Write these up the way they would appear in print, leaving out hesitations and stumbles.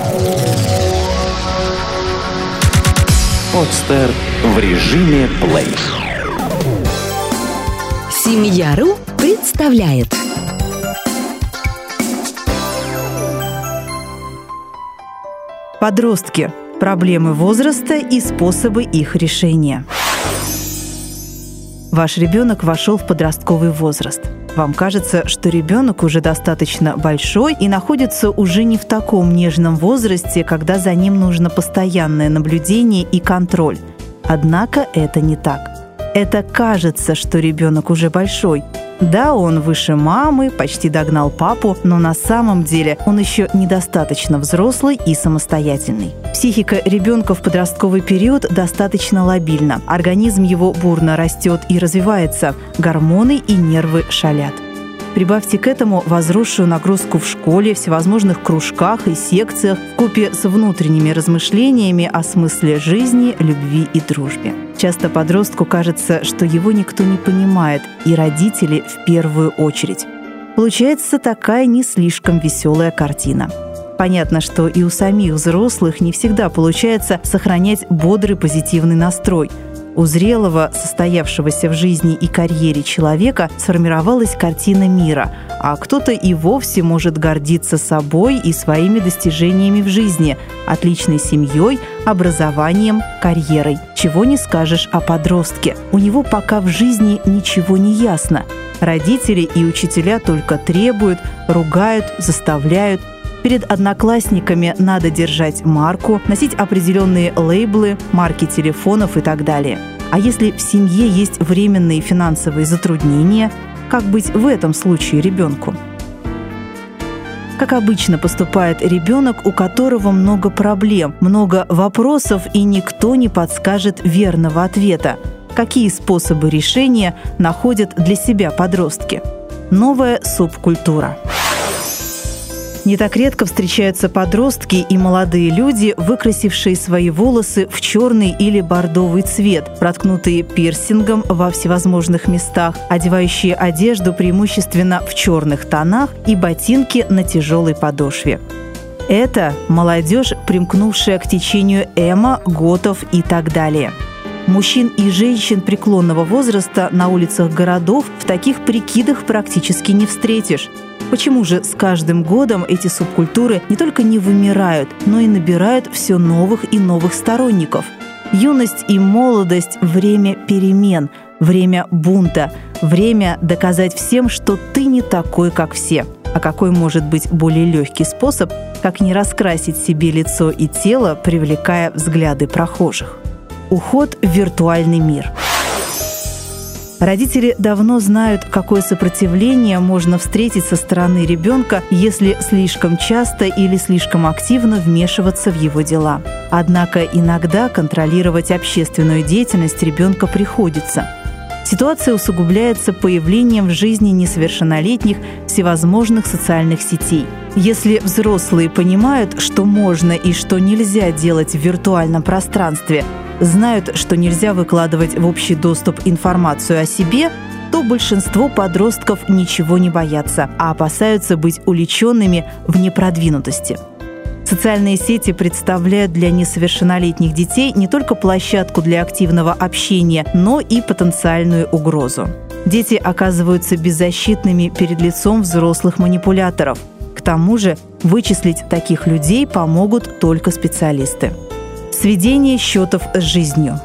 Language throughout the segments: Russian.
Подстер в режиме плей. Семья.ру представляет. Подростки. Проблемы возраста и способы их решения. Ваш ребенок вошел в подростковый возраст. Вам кажется, что ребенок уже достаточно большой и находится уже не в таком нежном возрасте, когда за ним нужно постоянное наблюдение и контроль. Однако это не так. Это кажется, что ребенок уже большой. Да, он выше мамы, почти догнал папу, но на самом деле он еще недостаточно взрослый и самостоятельный. Психика ребенка в подростковый период достаточно лабильна. Организм его бурно растет и развивается, гормоны и нервы шалят. Прибавьте к этому возросшую нагрузку в школе, всевозможных кружках и секциях вкупе с внутренними размышлениями о смысле жизни, любви и дружбе. Часто подростку кажется, что его никто не понимает, и родители в первую очередь. Получается такая не слишком веселая картина. Понятно, что и у самих взрослых не всегда получается сохранять бодрый позитивный настрой. У зрелого, состоявшегося в жизни и карьере человека сформировалась картина мира, а кто-то и вовсе может гордиться собой и своими достижениями в жизни, отличной семьей, образованием, карьерой. Чего не скажешь о подростке. У него пока в жизни ничего не ясно. Родители и учителя только требуют, ругают, заставляют. Перед одноклассниками надо держать марку, носить определенные лейблы, марки телефонов и так далее. А если в семье есть временные финансовые затруднения, как быть в этом случае ребенку? Как обычно поступает ребенок, у которого много проблем, много вопросов, и никто не подскажет верного ответа. Какие способы решения находят для себя подростки? Новая субкультура. Не так редко встречаются подростки и молодые люди, выкрасившие свои волосы в черный или бордовый цвет, проткнутые пирсингом во всевозможных местах, одевающие одежду преимущественно в черных тонах и ботинки на тяжелой подошве. Это молодежь, примкнувшая к течению эмо, готов и так далее. Мужчин и женщин преклонного возраста на улицах городов в таких прикидах практически не встретишь. Почему же с каждым годом эти субкультуры не только не вымирают, но и набирают все новых и новых сторонников? Юность и молодость – время перемен, время бунта, время доказать всем, что ты не такой, как все. А какой может быть более легкий способ, как не раскрасить себе лицо и тело, привлекая взгляды прохожих? Уход в виртуальный мир. Родители давно знают, какое сопротивление можно встретить со стороны ребенка, если слишком часто или слишком активно вмешиваться в его дела. Однако иногда контролировать общественную деятельность ребенка приходится. Ситуация усугубляется появлением в жизни несовершеннолетних всевозможных социальных сетей. Если взрослые понимают, что можно и что нельзя делать в виртуальном пространстве, знают, что нельзя выкладывать в общий доступ информацию о себе, то большинство подростков ничего не боятся, а опасаются быть уличенными в непродвинутости. Социальные сети представляют для несовершеннолетних детей не только площадку для активного общения, но и потенциальную угрозу. Дети оказываются беззащитными перед лицом взрослых манипуляторов. К тому же вычислить таких людей помогут только специалисты. Сведение счетов с жизнью.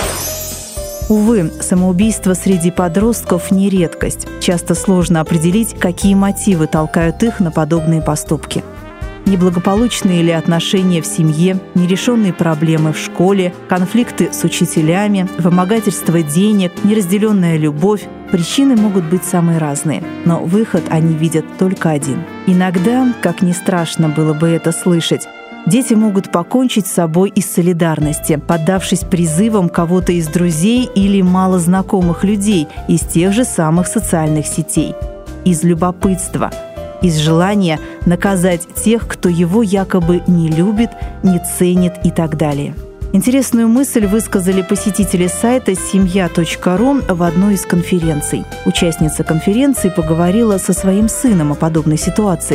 Увы, самоубийство среди подростков не редкость. Часто сложно определить, какие мотивы толкают их на подобные поступки. Неблагополучные ли отношения в семье, нерешенные проблемы в школе, конфликты с учителями, вымогательство денег, неразделенная любовь. Причины могут быть самые разные, но выход они видят только один. Иногда, как ни страшно было бы это слышать, дети могут покончить с собой из солидарности, поддавшись призывам кого-то из друзей или малознакомых людей из тех же самых социальных сетей. Из любопытства, из желания наказать тех, кто его якобы не любит, не ценит и так далее. Интересную мысль высказали посетители сайта семья.ру в одной из конференций. Участница конференции поговорила со своим сыном о подобной ситуации.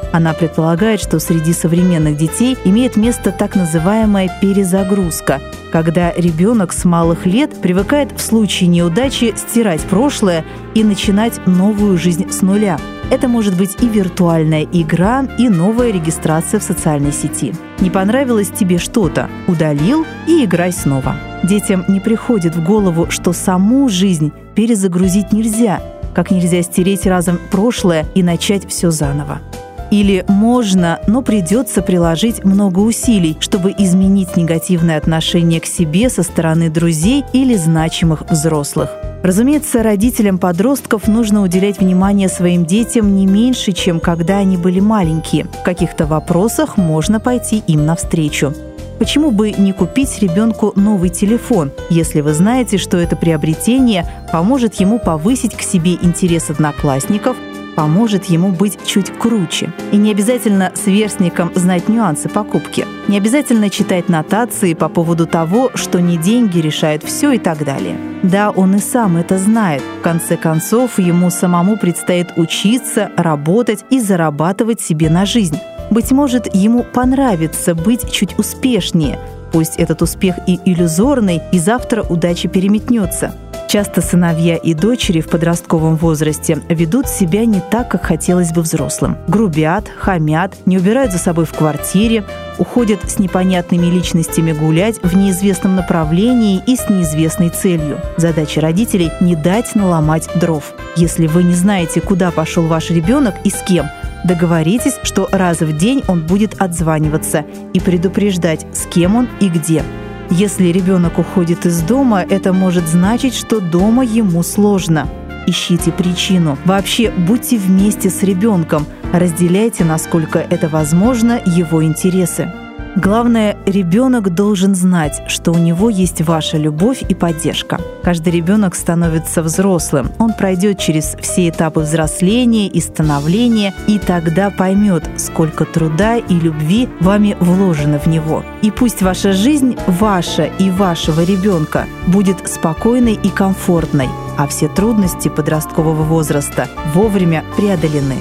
Она предполагает, что среди современных детей имеет место так называемая перезагрузка, когда ребенок с малых лет привыкает в случае неудачи стирать прошлое и начинать новую жизнь с нуля. Это может быть и виртуальная игра, и новая регистрация в социальной сети. Не понравилось тебе что-то – удалил и играй снова. Детям не приходит в голову, что саму жизнь перезагрузить нельзя, как нельзя стереть разом прошлое и начать все заново. Или можно, но придется приложить много усилий, чтобы изменить негативное отношение к себе со стороны друзей или значимых взрослых. Разумеется, родителям подростков нужно уделять внимание своим детям не меньше, чем когда они были маленькие. В каких-то вопросах можно пойти им навстречу. Почему бы не купить ребенку новый телефон, если вы знаете, что это приобретение поможет ему повысить к себе интерес одноклассников, поможет ему быть чуть круче. И не обязательно сверстникам знать нюансы покупки. Не обязательно читать нотации по поводу того, что не деньги решают все и так далее. Да, он и сам это знает. В конце концов, ему самому предстоит учиться, работать и зарабатывать себе на жизнь. Быть может, ему понравится быть чуть успешнее. Пусть этот успех и иллюзорный, и завтра удача переметнется. Часто сыновья и дочери в подростковом возрасте ведут себя не так, как хотелось бы взрослым. Грубят, хамят, не убирают за собой в квартире, уходят с непонятными личностями гулять в неизвестном направлении и с неизвестной целью. Задача родителей – не дать наломать дров. Если вы не знаете, куда пошел ваш ребенок и с кем, договоритесь, что раз в день он будет отзваниваться и предупреждать, с кем он и где. Если ребенок уходит из дома, это может значить, что дома ему сложно. Ищите причину. Вообще, будьте вместе с ребенком. Разделяйте, насколько это возможно, его интересы. Главное, ребенок должен знать, что у него есть ваша любовь и поддержка. Каждый ребенок становится взрослым. Он пройдет через все этапы взросления и становления, и тогда поймет, сколько труда и любви вами вложено в него. И пусть ваша жизнь, ваша и вашего ребенка, будет спокойной и комфортной, а все трудности подросткового возраста вовремя преодолены.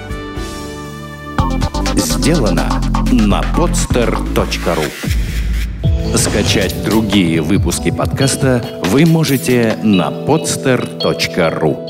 Сделано на podster.ru. Скачать другие выпуски подкаста вы можете на podster.ru.